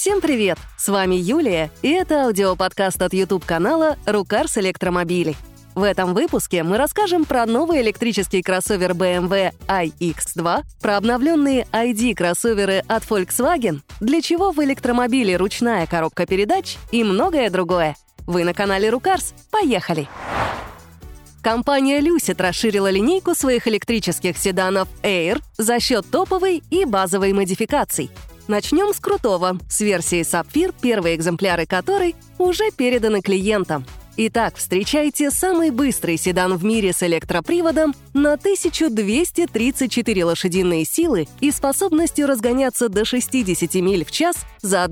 Всем привет! С вами Юлия, и это аудиоподкаст от YouTube-канала «Рукарс Электромобили». В этом выпуске мы расскажем про новый электрический кроссовер BMW iX2, про обновленные ID-кроссоверы от Volkswagen, для чего в электромобиле ручная коробка передач и многое другое. Вы на канале Рукарс. Поехали! Компания Lucid расширила линейку своих электрических седанов Air за счет топовой и базовой модификаций. Начнем с крутого, с версии Sapphire, первые экземпляры которой уже переданы клиентам. Итак, встречайте самый быстрый седан в мире с электроприводом на 1234 лошадиные силы и способностью разгоняться до 60 миль в час за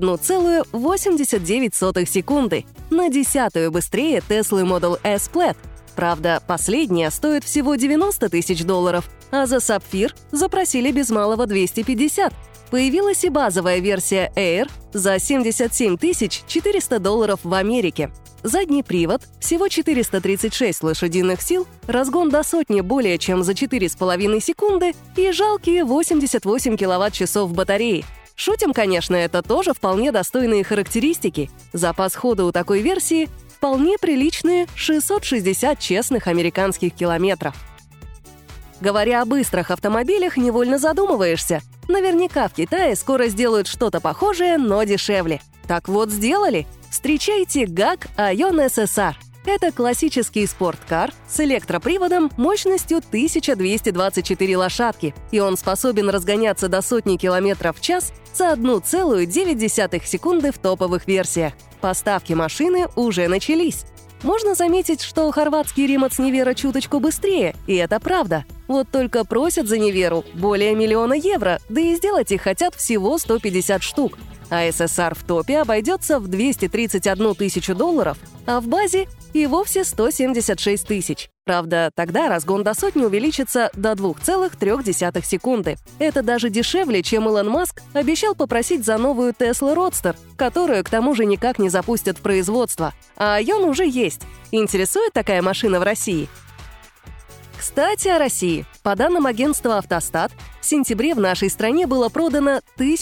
1,89 секунды, на 10-ю быстрее Tesla Model S Plaid. Правда, последняя стоит всего $90 тысяч, а за Sapphire запросили без малого 250. Появилась и базовая версия Air за $77 400 в Америке. Задний привод, всего 436 лошадиных сил, разгон до сотни более чем за 4,5 секунды и жалкие 88 киловатт-часов батареи. Шутим, конечно, это тоже вполне достойные характеристики. Запас хода у такой версии вполне приличные 660 честных американских километров. Говоря о быстрых автомобилях, невольно задумываешься. Наверняка в Китае скоро сделают что-то похожее, но дешевле. Так вот, сделали. Встречайте GAC Aion SSR. Это классический спорткар с электроприводом мощностью 1224 лошадки, и он способен разгоняться до сотни километров в час за 1,9 секунды в топовых версиях. Поставки машины уже начались. Можно заметить, что хорватский Римац Невера чуточку быстрее, и это правда. Вот только просят за Неверу более €1 000 000, да и сделать их хотят всего 150 штук. А SSR в топе обойдется в $231 тысячу, а в базе и вовсе 176 тысяч. Правда, тогда разгон до сотни увеличится до 2,3 секунды. Это даже дешевле, чем Илон Маск обещал попросить за новую Tesla Roadster, которую, к тому же, никак не запустят в производство. А Aion уже есть. Интересует такая машина в России? Кстати, о России. По данным агентства «Автостат», в сентябре в нашей стране было продано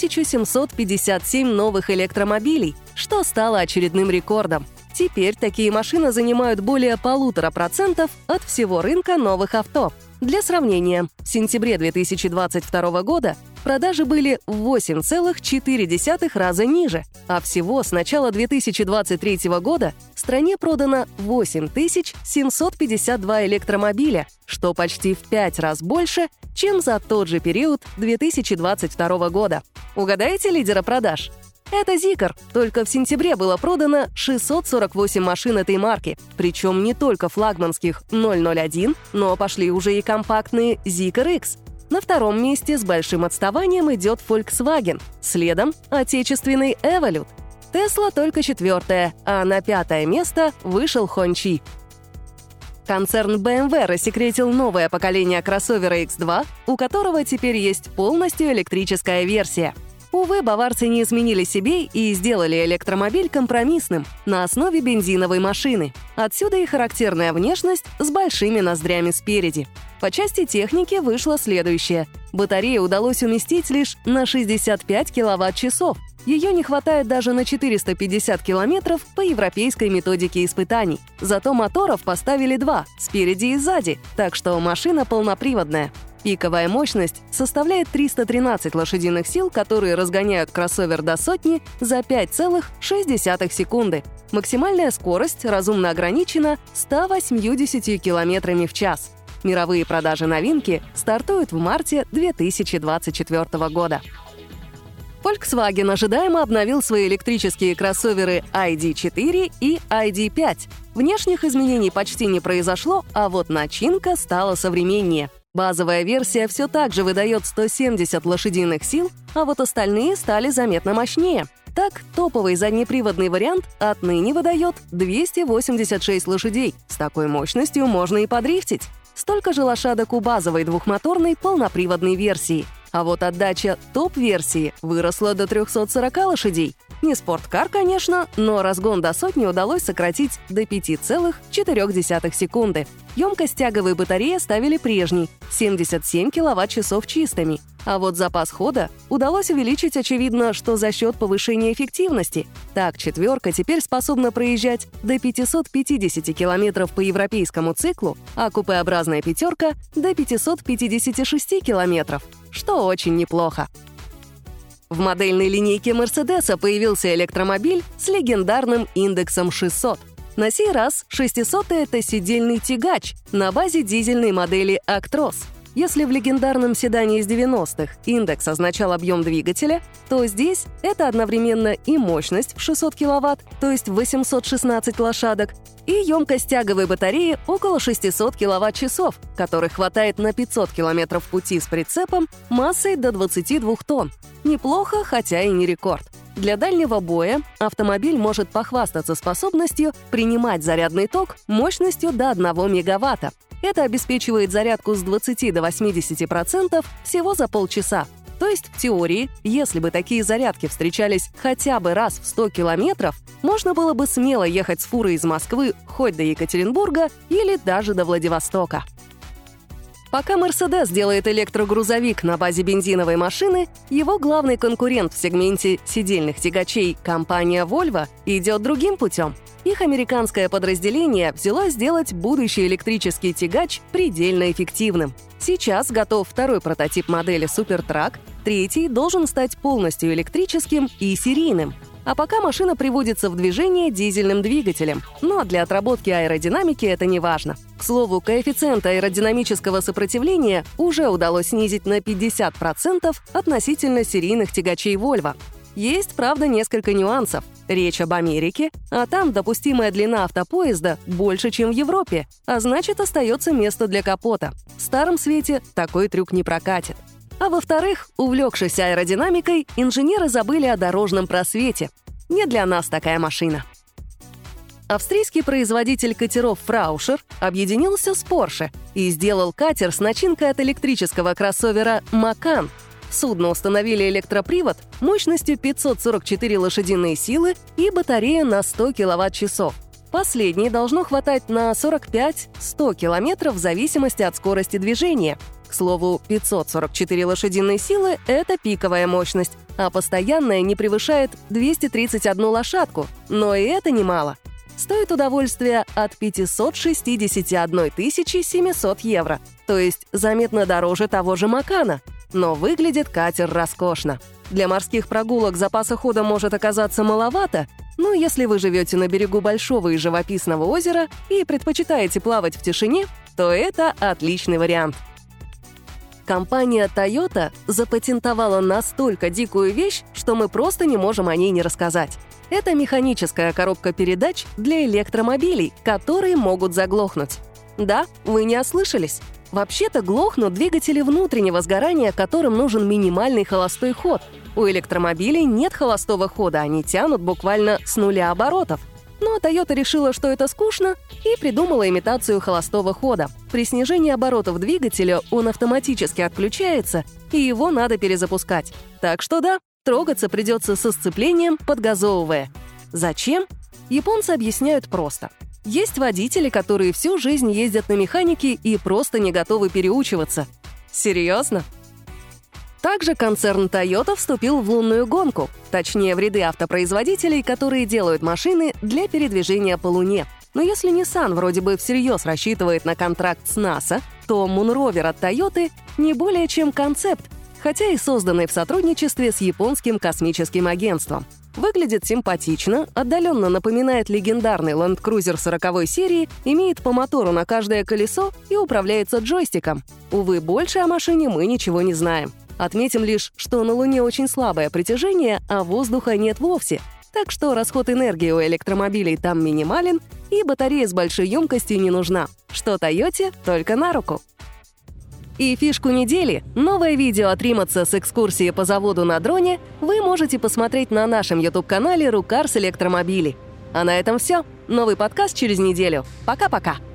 1757 новых электромобилей, что стало очередным рекордом. Теперь такие машины занимают более 1,5% от всего рынка новых авто. Для сравнения, в сентябре 2022 года продажи были в 8,4 раза ниже, а всего с начала 2023 года в стране продано 8752 электромобиля, что почти в 5 раз больше, чем за тот же период 2022 года. Угадаете лидера продаж? Это Zeekr. Только в сентябре было продано 648 машин этой марки. Причем не только флагманских 001, но пошли уже и компактные Zeekr X. На втором месте с большим отставанием идет Volkswagen. Следом — отечественный Evolute. Tesla только 4-я, а на 5-е место вышел Hongqi. Концерн BMW рассекретил новое поколение кроссовера X2, у которого теперь есть полностью электрическая версия. Увы, баварцы не изменили себе и сделали электромобиль компромиссным на основе бензиновой машины. Отсюда и характерная внешность с большими ноздрями спереди. По части техники вышло следующее. Батарею удалось уместить лишь на 65 киловатт-часов. Ее не хватает даже на 450 километров по европейской методике испытаний. Зато моторов поставили 2, спереди и сзади, так что машина полноприводная. Пиковая мощность составляет 313 лошадиных сил, которые разгоняют кроссовер до сотни за 5,6 секунды. Максимальная скорость разумно ограничена 180 километрами в час. Мировые продажи новинки стартуют в марте 2024 года. Volkswagen ожидаемо обновил свои электрические кроссоверы ID4 и ID5. Внешних изменений почти не произошло, а вот начинка стала современнее. Базовая версия все так же выдает 170 лошадиных сил, а вот остальные стали заметно мощнее. Так, топовый заднеприводный вариант отныне выдает 286 лошадей. С такой мощностью можно и подрифтить. Столько же лошадок у базовой двухмоторной полноприводной версии. А вот отдача топ-версии выросла до 340 лошадей. Не спорткар, конечно, но разгон до сотни удалось сократить до 5,4 секунды. Емкость тяговой батареи оставили прежней – 77 киловатт-часов чистыми. А вот запас хода удалось увеличить, очевидно, что за счет повышения эффективности. Так, четверка теперь способна проезжать до 550 километров по европейскому циклу, а купеобразная пятерка – до 556 километров, что очень неплохо. В модельной линейке Мерседеса появился электромобиль с легендарным индексом 600. На сей раз 600 – это сидельный тягач на базе дизельной модели Actros. Если в легендарном седане из 90-х индекс означал объем двигателя, то здесь это одновременно и мощность в 600 кВт, то есть 816 лошадок, и емкость тяговой батареи около 600 кВт-часов, которых хватает на 500 км пути с прицепом массой до 22 тонн. Неплохо, хотя и не рекорд. Для дальнего боя автомобиль может похвастаться способностью принимать зарядный ток мощностью до 1 мегаватта. Это обеспечивает зарядку с 20 до 80% всего за полчаса. То есть, в теории, если бы такие зарядки встречались хотя бы раз в 100 километров, можно было бы смело ехать с фурой из Москвы хоть до Екатеринбурга или даже до Владивостока. Пока Mercedes делает электрогрузовик на базе бензиновой машины, его главный конкурент в сегменте сидельных тягачей, компания Volvo, идет другим путем. Их американское подразделение взялось сделать будущий электрический тягач предельно эффективным. Сейчас готов второй прототип модели SuperTruck, третий должен стать полностью электрическим и серийным. А пока машина приводится в движение дизельным двигателем, но для отработки аэродинамики это не важно. К слову, коэффициент аэродинамического сопротивления уже удалось снизить на 50% относительно серийных тягачей Volvo. Есть, правда, несколько нюансов. Речь об Америке, а там допустимая длина автопоезда больше, чем в Европе, а значит, остается место для капота. В старом свете такой трюк не прокатит. А во-вторых, увлекшись аэродинамикой, инженеры забыли о дорожном просвете. Не для нас такая машина. Австрийский производитель катеров Frauscher объединился с Porsche и сделал катер с начинкой от электрического кроссовера Macan. В судно установили электропривод мощностью 544 лошадиные силы и батарея на 100 киловатт-часов. Последней должно хватать на 45-100 километров в зависимости от скорости движения. К слову, 544 лошадиные силы – это пиковая мощность, а постоянная не превышает 231 лошадку, но и это немало. Стоит удовольствие от 561 700 евро, то есть заметно дороже того же Макана. Но выглядит катер роскошно. Для морских прогулок запаса хода может оказаться маловато, но если вы живете на берегу большого и живописного озера и предпочитаете плавать в тишине, то это отличный вариант. Компания Toyota запатентовала настолько дикую вещь, что мы просто не можем о ней не рассказать. Это механическая коробка передач для электромобилей, которые могут заглохнуть. Да, вы не ослышались. Вообще-то глохнут двигатели внутреннего сгорания, которым нужен минимальный холостой ход. У электромобилей нет холостого хода, они тянут буквально с нуля оборотов. Но Toyota решила, что это скучно, и придумала имитацию холостого хода. При снижении оборотов двигателя он автоматически отключается, и его надо перезапускать. Так что да, трогаться придется со сцеплением, подгазовывая. Зачем? Японцы объясняют просто. Есть водители, которые всю жизнь ездят на механике и просто не готовы переучиваться. Серьезно? Также концерн Toyota вступил в лунную гонку, точнее в ряды автопроизводителей, которые делают машины для передвижения по Луне. Но если Nissan вроде бы всерьез рассчитывает на контракт с НАСА, то Moon Rover от Toyota не более чем концепт, хотя и созданный в сотрудничестве с японским космическим агентством. Выглядит симпатично, отдаленно напоминает легендарный Land Cruiser 40-й серии, имеет по мотору на каждое колесо и управляется джойстиком. Увы, больше о машине мы ничего не знаем. Отметим лишь, что на Луне очень слабое притяжение, а воздуха нет вовсе. Так что расход энергии у электромобилей там минимален, и батарея с большой емкостью не нужна, что Toyota только на руку. И фишку недели, новое видео от Римаца с экскурсией по заводу на дроне, вы можете посмотреть на нашем YouTube-канале «Рукарс Электромобили». А на этом все. Новый подкаст через неделю. Пока-пока!